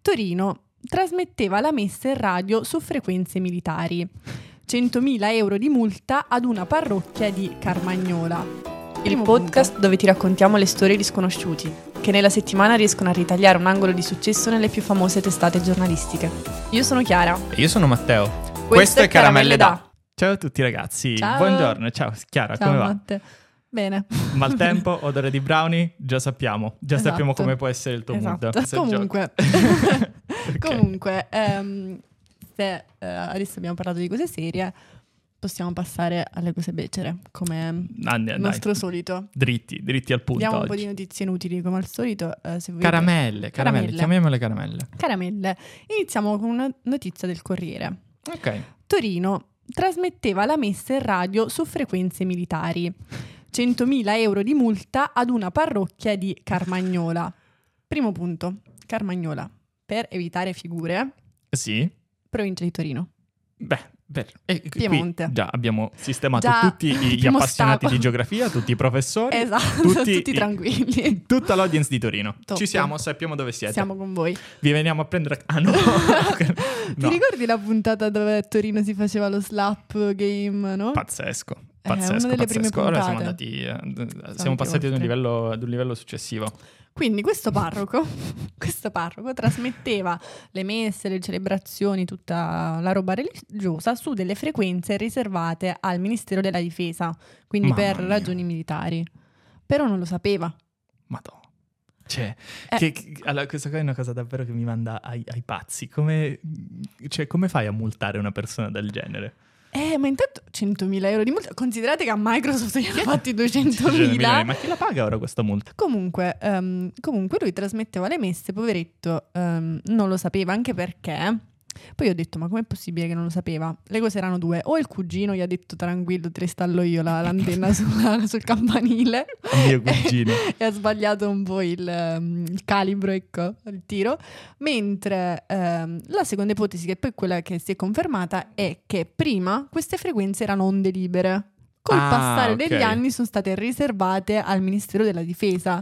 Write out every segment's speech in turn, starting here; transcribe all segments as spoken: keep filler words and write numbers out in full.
Torino trasmetteva la messa in radio su frequenze militari. centomila euro di multa ad una parrocchia di Carmagnola. Il Primo podcast punto. dove ti raccontiamo le storie di sconosciuti, che nella settimana riescono a ritagliare un angolo di successo nelle più famose testate giornalistiche. Io sono Chiara. E io sono Matteo. Questo, Questo è Caramelle Da. Ciao a tutti ragazzi, Ciao. buongiorno, ciao Chiara, Ciao, come va? Matte. Bene. Maltempo, odore di brownie, già sappiamo, già Esatto. sappiamo come può essere il tuo Esatto. mood. Se Comunque, giochi. comunque ehm, se eh, adesso abbiamo parlato di cose serie, possiamo passare alle cose becere, come Andiamo, il nostro solito. dritti, dritti al punto Diamo un po' oggi. di notizie inutili come al solito. eh, se volete. Caramelle, caramelle, Caramelle. chiamiamole caramelle. Caramelle. Iniziamo con una notizia del Corriere. Ok. Torino trasmetteva la messa in radio su frequenze militari. centomila euro di multa ad una parrocchia di Carmagnola. Primo punto, Carmagnola. Per evitare figure, Sì, provincia di Torino. beh, beh, e qui Piemonte. già abbiamo sistemato Già, tutti gli primo appassionati stato. di geografia, tutti i professori, Esatto, tutti, tutti i- tranquilli. tutta l'audience di Torino. Top. Ci siamo, sappiamo dove siete. Siamo con voi. Vi veniamo a prendere... Ah no! Ti No. ricordi la puntata dove a Torino si faceva lo slap game, no? Pazzesco, Eh, una pazzesco, delle prime pazzesco. Ora siamo puntate. andati, eh, d- anche siamo passati ad un, oltre. livello, ad un livello successivo. Quindi questo parroco, questo parroco trasmetteva le messe, le celebrazioni, tutta la roba religiosa su delle frequenze riservate al Ministero della Difesa, quindi Mamma per mia. ragioni militari. Però non lo sapeva. Madonna. Cioè, Eh. che, che- allora, questa qua è una cosa davvero che mi manda ai, ai pazzi. Come, cioè, come fai a multare una persona del genere? Eh, ma intanto centomila euro di multa. Considerate che a Microsoft gli hanno fatti Cioè, duecentomila. ma chi la paga ora questa multa? Comunque, ehm, comunque lui trasmetteva le messe, poveretto, ehm, non lo sapeva, anche perché poi ho detto, ma com'è possibile che non lo sapeva? Le cose erano due: o il cugino gli ha detto tranquillo, te installo io la, l'antenna sulla- sul campanile Mio cugino. e ha sbagliato un po' il, ehm, il calibro, ecco, il tiro. Mentre ehm, la seconda ipotesi, che poi è quella che si è confermata, è che prima queste frequenze erano onde libere. Col Ah, passare ok. degli anni sono state riservate al Ministero della Difesa.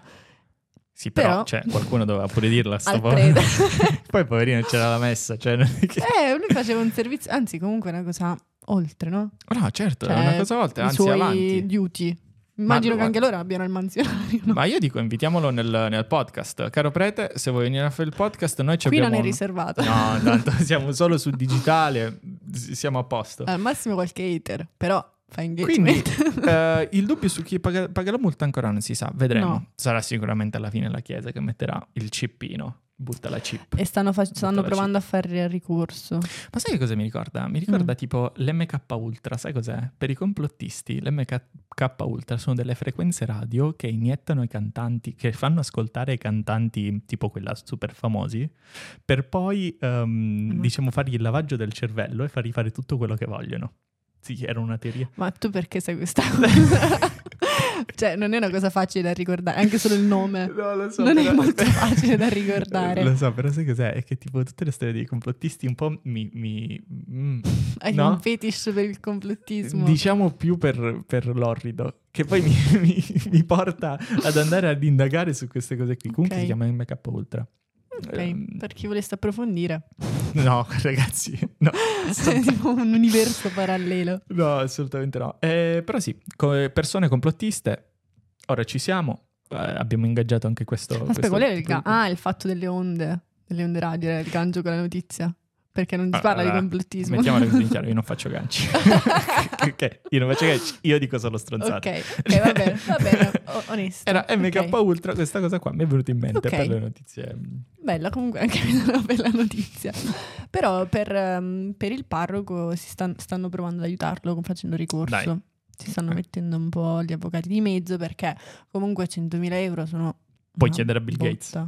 Sì, però, Però- cioè, qualcuno doveva pure dirla. Sto Al po- prete. Poi, poverino, c'era la messa. Cioè, non è che... Eh, lui faceva un servizio, anzi comunque è una cosa oltre, no? No, certo, Cioè, è una cosa oltre, i anzi suoi avanti. duty. Immagino Ma- che anche loro abbiano il mansionario, no? Ma io dico, invitiamolo nel, nel podcast. Caro prete, se vuoi venire a fare il podcast, noi ci Qui abbiamo... non è riservato. No, tanto siamo solo sul digitale, s- siamo a posto. Al massimo qualche hater, però fa Quindi engagement. eh, il dubbio su chi paga, paga la multa ancora non si sa, vedremo. No. Sarà sicuramente alla fine la Chiesa che metterà il cippino, butta la chip. E stanno, fa- stanno la provando a fare il ricorso. Ma sai che cosa mi ricorda? Mi ricorda Mm. tipo l'M K Ultra, sai cos'è? Per i complottisti l'M K Ultra sono delle frequenze radio che iniettano ai cantanti, che fanno ascoltare ai cantanti tipo quella super famosi, per poi ehm, Mm. diciamo fargli il lavaggio del cervello e fargli fare tutto quello che vogliono. Sì, era una teoria. Ma tu perché sai questa cosa? Cioè, non è una cosa facile da ricordare, anche solo il nome. No, lo so, Non è però- molto facile da ricordare. Lo so, però sai cos'è? È che tipo tutte le storie dei complottisti un po' mi... mi mm, Hai no? un fetish per il complottismo. Diciamo più per, per l'orrido, che poi mi, mi- mi porta ad andare ad indagare su queste cose qui. Comunque Ok. si chiama M K Ultra. Ok, Ehm, per chi volesse approfondire. no, ragazzi, no, È tipo un universo parallelo. no, assolutamente no. Eh, però sì, co- persone complottiste, ora ci siamo, eh, abbiamo ingaggiato anche questo... Aspetta, questo qual era il tipo ga- di- Ah, il fatto delle onde, delle onde radio, era il gancio con la notizia. Perché non si parla Allora, di complottismo. Mettiamola così in chiaro, io non faccio ganci. Ok, io non faccio ganci, io dico solo stronzate. Ok, ok, va bene, va bene, o- onesto. Era M K Ok. Ultra, questa cosa qua mi è venuta in mente Ok. per le notizie. Bella, comunque anche una bella notizia. Però per, ehm, per il parroco si stan- stanno provando ad aiutarlo facendo ricorso. Dai. Si stanno Ok. mettendo un po' gli avvocati di mezzo, perché comunque centomila euro sono... Puoi una chiedere a Bill Gates. botta.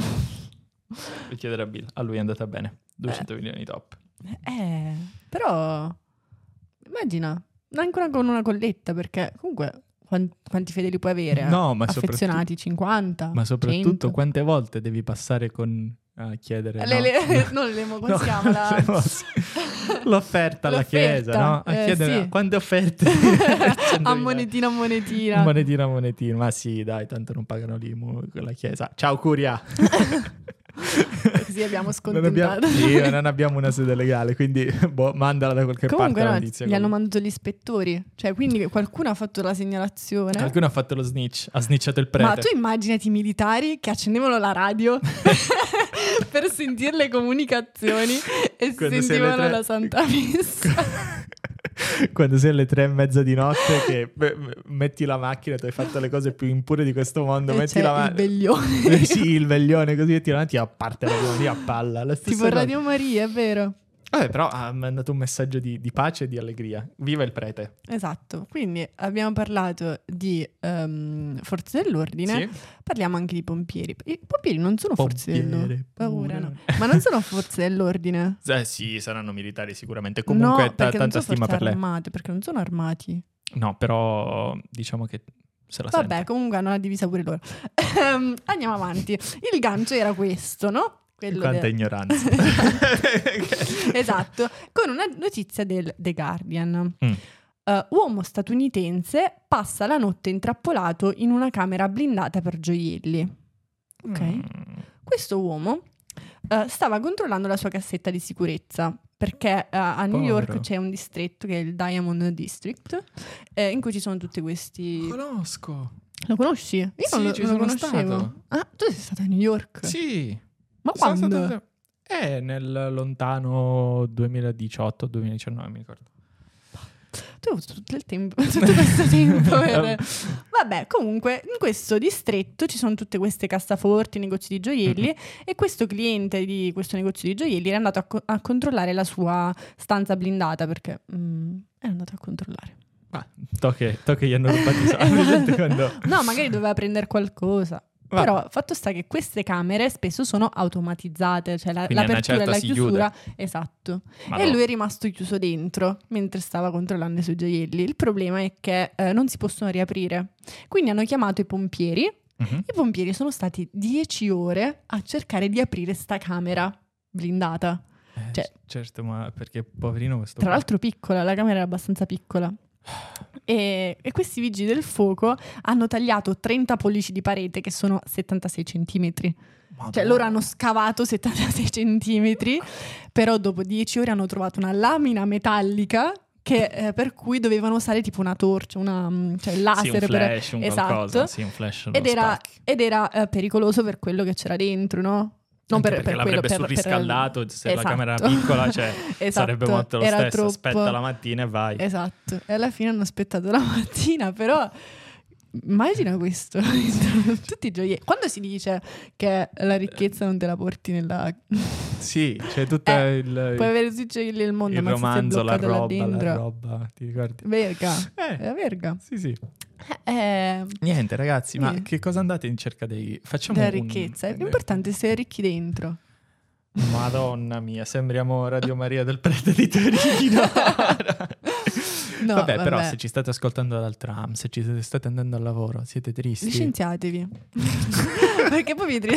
Puoi chiedere a Bill, a lui è andata bene, duecento milioni top. Eh, però immagina, ancora con una colletta, perché comunque quan- quanti fedeli puoi avere? No, ma affezionati, cinquanta, Ma soprattutto cento. quante volte devi passare con a chiedere Le- no? le- non le mo- come No, si chiama la- le mosse. L'offerta alla L'offerta, chiesa, no? A eh, chiedere sì. quante offerte a monetina a monetina. monetina a monetina, ma sì dai, tanto non pagano l'I M U con la chiesa. Ciao Curia. Così abbiamo Non scontentato. abbiamo, sì, non abbiamo una sede legale, quindi boh, mandala da qualche Comunque parte la no, notizia. gli hanno mandato gli ispettori. Cioè, quindi qualcuno ha fatto la segnalazione. Qualcuno ha fatto lo snitch, ha snitchato il prete. Ma tu immaginati i militari che accendevano la radio per sentire le comunicazioni e Quando sei alle sentivano tre- la Santa Messa. Quando sei alle tre e mezza di notte che beh, metti la macchina, tu hai fatto le cose più impure di questo mondo, E metti c'è la il macchina. veglione. Sì, il veglione così e ti avanti a parte la tua a palla. La stessa Tipo cosa. Radio Maria, è vero? Vabbè, però ha mandato un messaggio di, di pace e di allegria. Viva il prete. Esatto. Quindi abbiamo parlato di um, forze dell'ordine, Sì? parliamo anche di pompieri. I pompieri non sono forze Pompiere, dell'ordine. Paura, pure. no. Ma non sono forze dell'ordine. Eh, sì, saranno militari sicuramente. Comunque no, ta- perché non tanta sono stima forze per lei. armate, perché non sono armati. No, però diciamo che se la Vabbè, sente. comunque hanno la divisa pure loro. Ehm, Andiamo avanti. Il gancio era questo, no? Quello Quanta del- ignoranza. Esatto, con una notizia del The Guardian. Mm. Uh, uomo statunitense passa la notte intrappolato in una camera blindata per gioielli. Ok. Mm. Questo uomo uh, stava controllando la sua cassetta di sicurezza perché uh, a New Povero. York c'è un distretto che è il Diamond District eh, in cui ci sono tutti questi... Conosco. Lo conosci? Io Sì, non lo, ci non lo sono conoscevo. stato. Ah, tu sei stata a New York? Sì. Ma Sono quando? stato- Eh, nel lontano duemiladiciotto duemiladiciannove, mi ricordo. Tu hai avuto tutto il tempo, tutto questo tempo per... Vabbè, comunque in questo distretto ci sono tutte queste cassaforti, negozi di gioielli Mm-hmm. e questo cliente di questo negozio di gioielli era andato a, co- a controllare la sua stanza blindata perché mm, è andato a controllare. Ma to che, to che gli hanno rubato i soldi. gente, quando- No, magari doveva prendere qualcosa. Va. Però fatto sta che queste camere spesso sono automatizzate, cioè la- Quindi a una l'apertura certa e la si chiusura, esatto. Ma E no. lui è rimasto chiuso dentro mentre stava controllando i suoi gioielli. Il problema è che eh, non si possono riaprire. Quindi hanno chiamato i pompieri. Mhm. I pompieri sono stati dieci ore a cercare di aprire sta camera blindata. Eh, Cioè- certo, ma perché poverino questo Tra qua. l'altro piccola, la camera era abbastanza piccola. E, e questi vigili del fuoco hanno tagliato trenta pollici di parete che sono settantasei centimetri. Madonna. Cioè loro hanno scavato settantasei centimetri, però dopo dieci ore hanno trovato una lamina metallica che, eh, per cui dovevano usare tipo una torcia, una, mm, cioè il Sì, laser un flash, per... un esatto. qualcosa. Sì, un flash lo Ed era, spacchi. ed era eh, pericoloso per quello che c'era dentro, no? Non Anche per, perché per quello, l'avrebbe per, surriscaldato, se esatto. la camera era piccola, cioè Esatto, sarebbe morto lo era stesso. troppo- Aspetta la mattina e vai. Esatto, e alla fine hanno aspettato la mattina, però immagina questo, tutti i gioielli. Quando si dice che la ricchezza non te la porti nella... Sì, c'è tutto Eh, il, Puoi avere tutti i gioielli del mondo, il ma romanzo, se la sei bloccato là roba, dentro... la roba, ti ricordi? Verga, Eh, è verga. sì, sì. Eh, Niente, ragazzi, ma Sì. che cosa andate in cerca dei... Facciamo della un- ricchezza, è importante essere ricchi dentro. Madonna mia, sembriamo Radio Maria del Prete di Torino. No, vabbè, però vabbè. se ci state ascoltando dal tram, se ci state andando al lavoro, siete tristi. Licenziatevi. Perché poi vi tri-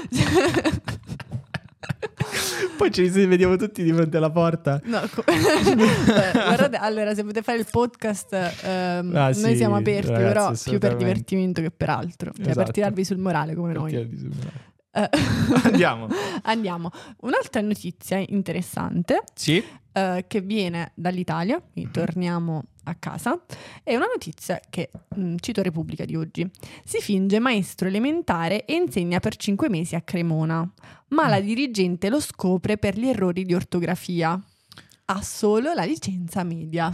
Poi ci vediamo tutti di fronte alla porta. No, co- Beh, guardate, allora se potete fare il podcast ehm, Ah, noi sì, siamo aperti, ragazzi, però più per assolutamente. divertimento che per altro, cioè per Esatto. tirarvi sul morale come noi. Eh, Andiamo. Andiamo. Un'altra notizia interessante Sì? eh, che viene dall'Italia, quindi torniamo a casa, è una notizia che mh, cito Repubblica di oggi. Si finge maestro elementare e insegna per cinque mesi a Cremona, ma la dirigente lo scopre per gli errori di ortografia. Ha solo la licenza media.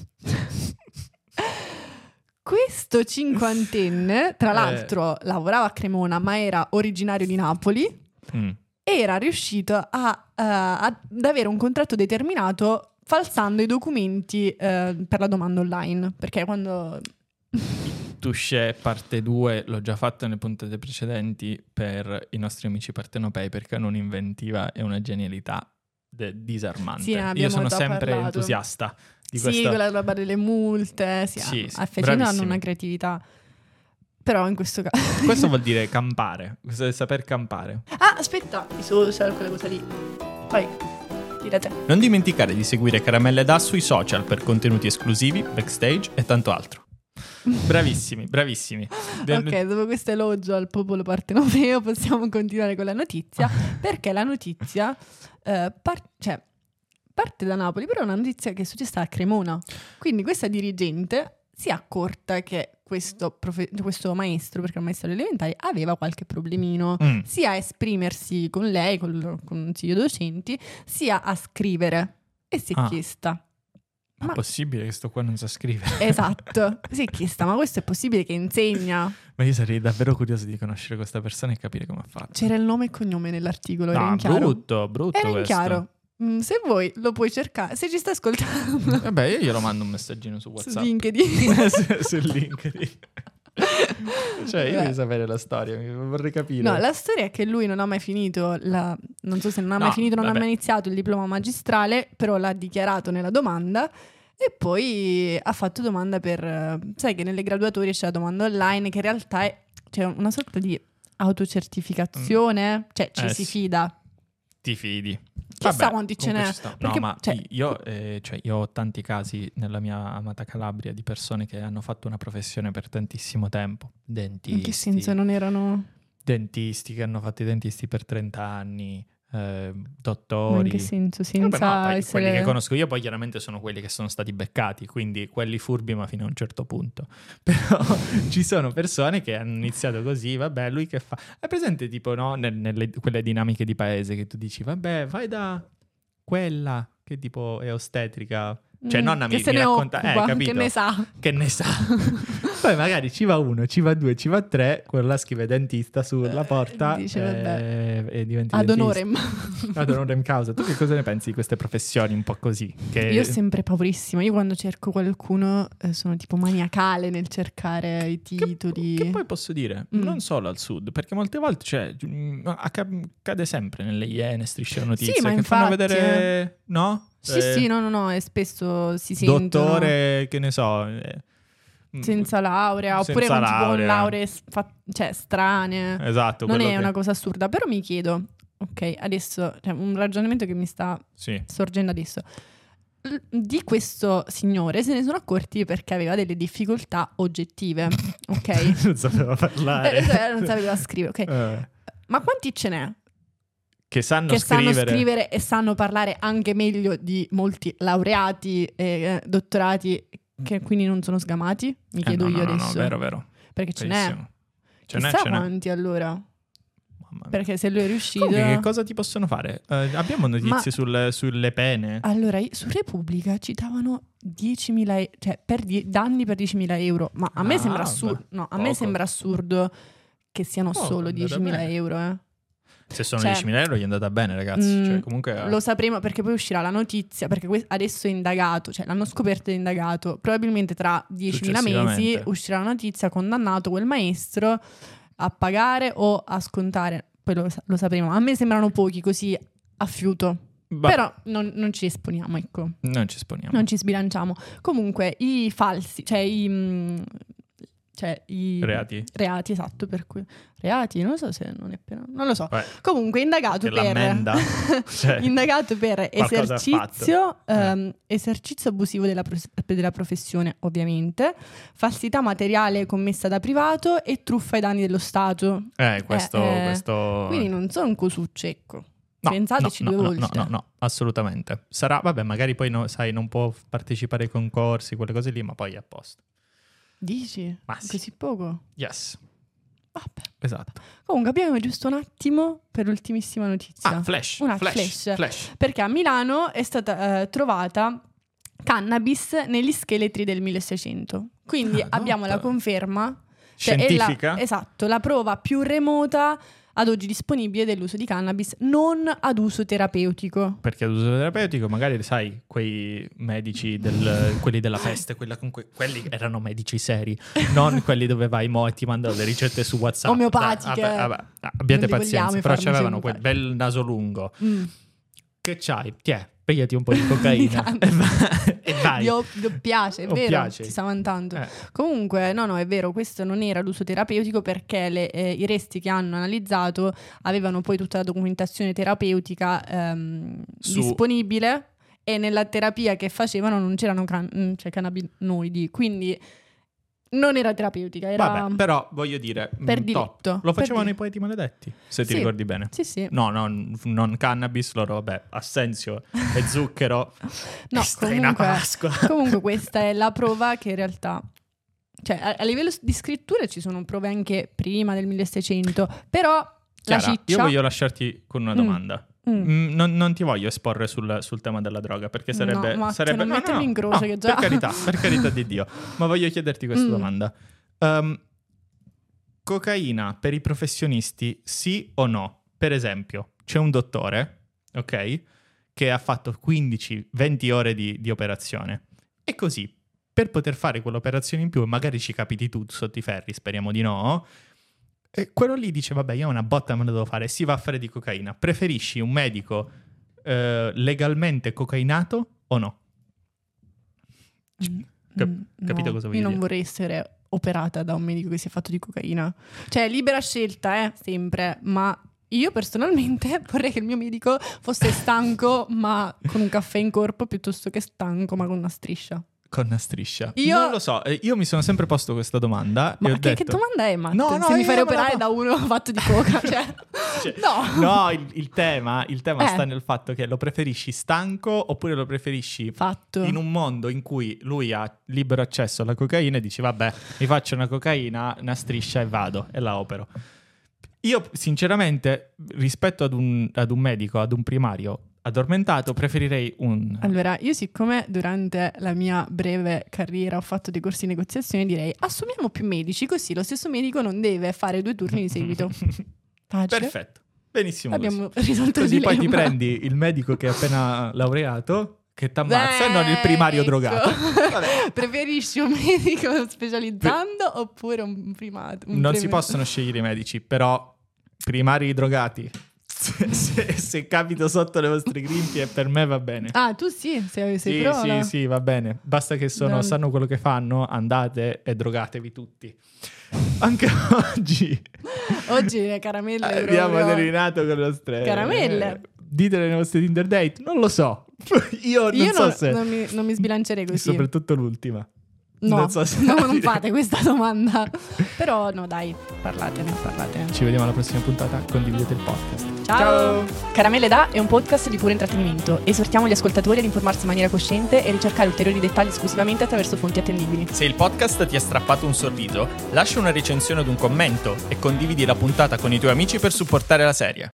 Questo cinquantenne, tra Eh. l'altro, lavorava a Cremona, ma era originario di Napoli. Mm. Era riuscito a, eh, ad avere un contratto determinato falsando i documenti eh, per la domanda online. Perché quando... Touché parte due, l'ho già fatto nelle puntate precedenti per i nostri amici partenopei, perché hanno un'inventiva e una genialità de- disarmante. Sì, ne abbiamo Io sono già sempre parlato. entusiasta di sì, questa... quella roba delle multe. Sì, Sì, a- sì, a Fiesino hanno bravissimi. una creatività. Però in questo caso... Questo vuol dire campare, questo è saper campare. Ah, aspetta! I social, quella cosa lì. Poi, direte. Non dimenticare di seguire Caramelle Da sui social per contenuti esclusivi, backstage e tanto altro. Bravissimi, bravissimi. Ok, dopo questo elogio al popolo partenopeo possiamo continuare con la notizia, perché la notizia eh, par- cioè, parte da Napoli, però è una notizia che è successa a Cremona. Quindi questa dirigente si è accorta che questo, profe- questo maestro, perché è un maestro delle elementari, aveva qualche problemino, Mm. sia a esprimersi con lei, con il consiglio docenti, sia a scrivere. E si è Ah. chiesta... Ma è Ma- possibile che sto qua non sa scrivere? Esatto, si è chiesta, ma questo è possibile che insegna? Ma io sarei davvero curioso di conoscere questa persona e capire come ha fatto. C'era il nome e cognome nell'articolo, era No, in chiaro. brutto, brutto Era in questo. chiaro. Mm, se vuoi lo puoi cercare, se ci stai ascoltando Vabbè, io glielo mando un messaggino su su WhatsApp. LinkedIn. su, su LinkedIn. Cioè, io Vabbè. voglio sapere la storia, mi vorrei capire. No, la storia è che lui non ha mai finito, la, non so se non ha No, mai finito, non vabbè. ha mai iniziato il diploma magistrale, però l'ha dichiarato nella domanda e poi ha fatto domanda per, eh, sai che nelle graduatorie c'è la domanda online che in realtà è cioè, una sorta di autocertificazione, cioè ci Eh, si sì. fida. Ti fidi. Chissà Vabbè, quanti ce comunque n'è. ci sta. Perché, no, ma cioè- io, eh, cioè, io ho tanti casi nella mia amata Calabria di persone che hanno fatto una professione per tantissimo tempo. Dentisti. In che senso non erano... Dentisti che hanno fatto i dentisti per trenta anni, eh, Ma dottori. in che senso? Vabbè, Senza no, poi essere... quelli che conosco io poi chiaramente sono quelli che sono stati beccati, quindi quelli furbi ma fino a un certo punto. Però ci sono persone che hanno iniziato così, vabbè, lui che fa? È presente tipo, no, nel- nelle quelle dinamiche di paese che tu dici, vabbè, vai da quella che tipo è ostetrica, cioè Mm, nonna che mi, se mi ne racconta, occupa, eh, capito? che ne sa. Che ne sa. Poi magari ci va uno, ci va due, ci va tre, quello là scrive dentista sulla porta dice, e, vabbè. e diventi Ad dentista. honorem. Ad honorem causa. Tu che cosa ne pensi di queste professioni un po' così? Che... Io ho sempre paurissima. Io quando cerco qualcuno eh, sono tipo maniacale nel cercare i Che, titoli. che poi posso dire, Mm. non solo al sud, perché molte volte cioè, mm, acca- accade sempre nelle Iene, strisce la notizia, Sì, ma che fanno infatti, vedere, no? Sì, Eh, sì, no, no, no, e spesso si sentono dottore, che ne so... eh, mm, senza laurea, oppure senza con tipo laurea. lauree s- fa- cioè, strane. Esatto, Non quello è che- una cosa assurda, però mi chiedo, ok, adesso, cioè, un ragionamento che mi sta Sì. sorgendo adesso. L- Di questo signore se ne sono accorti perché aveva delle difficoltà oggettive, ok? Non sapeva parlare. Eh, cioè, non sapeva scrivere, ok? Eh, Ma quanti ce n'è che sanno che scrivere. sanno scrivere e sanno parlare anche meglio di molti laureati e eh, dottorati che quindi non sono sgamati? Mi Eh, chiedo no, no, io no, adesso. no, vero, vero. Perché ce n'è. Verissimo. Ce n'è, Chissà ce n'è. quanti allora. Mamma mia. Perché se lui è riuscito... Comunque, che cosa ti possono fare? Eh, abbiamo notizie Ma- sulle, sulle pene? Allora, io- su Repubblica citavano diecimila euro, cioè per die- danni per diecimila euro, ma a me Ah, sembra beh, assurdo, no, a me poco. sembra assurdo che siano Poco, solo è andata diecimila bene. euro, eh. Se sono cioè- diecimila euro gli è andata bene, ragazzi. Mm, Cioè, comunque... Lo sapremo perché poi uscirà la notizia, perché que- adesso è indagato, cioè l'hanno scoperto ed è indagato, probabilmente tra diecimila mesi Successivamente. uscirà la notizia, condannato quel maestro a pagare o a scontare, poi lo, sa- lo sapremo. A me sembrano pochi così a fiuto, Bah, però non, non ci esponiamo, ecco. non ci esponiamo. Non ci sbilanciamo. Comunque, i falsi, cioè i... mm, cioè i... Reati? Reati, esatto, per cui... Reati, non so se non è appena... Non lo so. Beh, Comunque, indagato che per... l'ammenda. Cioè, indagato per qualcosa ha esercizio, fatto. Eh. ehm, esercizio abusivo della, pros- della professione, ovviamente, falsità materiale commessa da privato e truffa ai danni dello Stato. eh, questo... Eh, eh, questo... Quindi non sono un cosuccio, ecco. No, Pensateci no, due no, volte. No, no, no, assolutamente. Sarà, vabbè, magari poi, no, sai, non può partecipare ai concorsi, quelle cose lì, ma poi è a posto. Dici? Ma sì. Così poco? Yes, Vabbè. esatto. Comunque abbiamo giusto un attimo per l'ultimissima notizia. Ah, flash, Una flash, flash. flash. Perché a Milano è stata eh, trovata cannabis negli scheletri del milleseicento. Quindi Ah, abbiamo nota. la conferma cioè, è la- Scientifica? esatto, la prova più remota ad oggi disponibile dell'uso di cannabis non ad uso terapeutico. Perché ad uso terapeutico, magari sai, quei medici, del, quelli della peste, quella con que- quelli erano medici seri, non quelli dove vai mo e ti mandano le ricette su WhatsApp. Omeopatiche. Dai, vabbè, vabbè, abbiate Non li vogliamo pazienza, i però farmaci c'avevano quel omeopatici. bel naso lungo. Mm. Che c'hai? Tiè, pigliati un po' di cocaina Di e vai. E vai. Dio, Dio piace, è Oh, vero? piace. Ti sta vantando. Eh. Comunque, no, no, è vero, questo non era l'uso terapeutico perché le, eh, i resti che hanno analizzato avevano poi tutta la documentazione terapeutica ehm, Su- disponibile e nella terapia che facevano non c'erano can- mm, cioè cannabinoidi, quindi Non era terapeutica, era... Vabbè, però voglio dire, per mm, diritto. top. Lo Per facevano di- i Poeti Maledetti, se ti Sì. ricordi bene. Sì, sì. No, no, non cannabis, loro, vabbè, assenzio e zucchero. No, e strena comunque, Pasqua. comunque questa è la prova che in realtà... Cioè, a, a livello di scrittura ci sono prove anche prima del milleseicento, però Chiara, la ciccia... io voglio lasciarti con una Mm. domanda. Mm. Mm, non, non ti voglio esporre sul, sul tema della droga, perché sarebbe... No, Matt, sarebbe non mettermi in croce, che già- Per carità, per carità di Dio. Ma voglio chiederti questa Mm. domanda. Um, cocaina per i professionisti, sì o no? Per esempio, c'è un dottore, ok, che ha fatto quindici venti ore di, di operazione. E così, per poter fare quell'operazione in più, e magari ci capiti tu sotto i ferri, speriamo di no, e quello lì dice, vabbè, io una botta me la devo fare, si va a fare di cocaina. Preferisci un medico eh, legalmente cocainato o no? Mm, Cap- mm, capito no, cosa voglio io non dire? vorrei essere operata da un medico che si è fatto di cocaina. Cioè, libera scelta, eh, sempre, ma io personalmente vorrei che il mio medico fosse stanco ma con un caffè in corpo piuttosto che stanco ma con una striscia. Con una striscia. Io- Non lo so, eh, io mi sono sempre posto questa domanda Ma e ho che, detto... che domanda è, Matt? No, no, Se mi io fai me la operare fa- da uno fatto di coca, cioè... Cioè, no. no, il, il tema, il tema Eh. sta nel fatto che lo preferisci stanco oppure lo preferisci Fatto. in un mondo in cui lui ha libero accesso alla cocaina e dici vabbè, mi faccio una cocaina, una striscia e vado e la opero. Io sinceramente rispetto ad un, ad un medico, ad un primario addormentato, preferirei un... Allora, io siccome durante la mia breve carriera ho fatto dei corsi di negoziazione, direi assumiamo più medici, così lo stesso medico non deve fare due turni di seguito. Facile. Perfetto, benissimo così. Abbiamo risolto Così il poi ti dilemma. prendi il medico che è appena laureato, che ti ammazza, e non il primario Ecco. drogato. Vabbè. Preferisci un medico specializzando oppure un primato? un Non premi- si possono scegliere i medici, però primari drogati, se, se, se capito sotto le vostre grinfie, per me va bene. Ah, tu sì, sei, sei Sì, pro, sì, no? sì, va bene. Basta che sono, Non- sanno quello che fanno, andate e drogatevi tutti. Anche oggi Oggi le caramelle abbiamo proprio. terminato con le nostre... Caramelle. Ditele nei vostri Tinder date, non lo so. Io non Io so non, se... non mi, non mi sbilancerei così. Soprattutto l'ultima. No, non so se- no, non fate questa domanda. Però no, dai, parlatene, parlatene. Ci vediamo alla prossima puntata, condividete il podcast. Ciao. Caramelle Da è un podcast di puro intrattenimento. Esortiamo gli ascoltatori ad informarsi in maniera cosciente e ricercare ulteriori dettagli esclusivamente attraverso fonti attendibili. Se il podcast ti ha strappato un sorriso, lascia una recensione ed un commento e condividi la puntata con i tuoi amici per supportare la serie.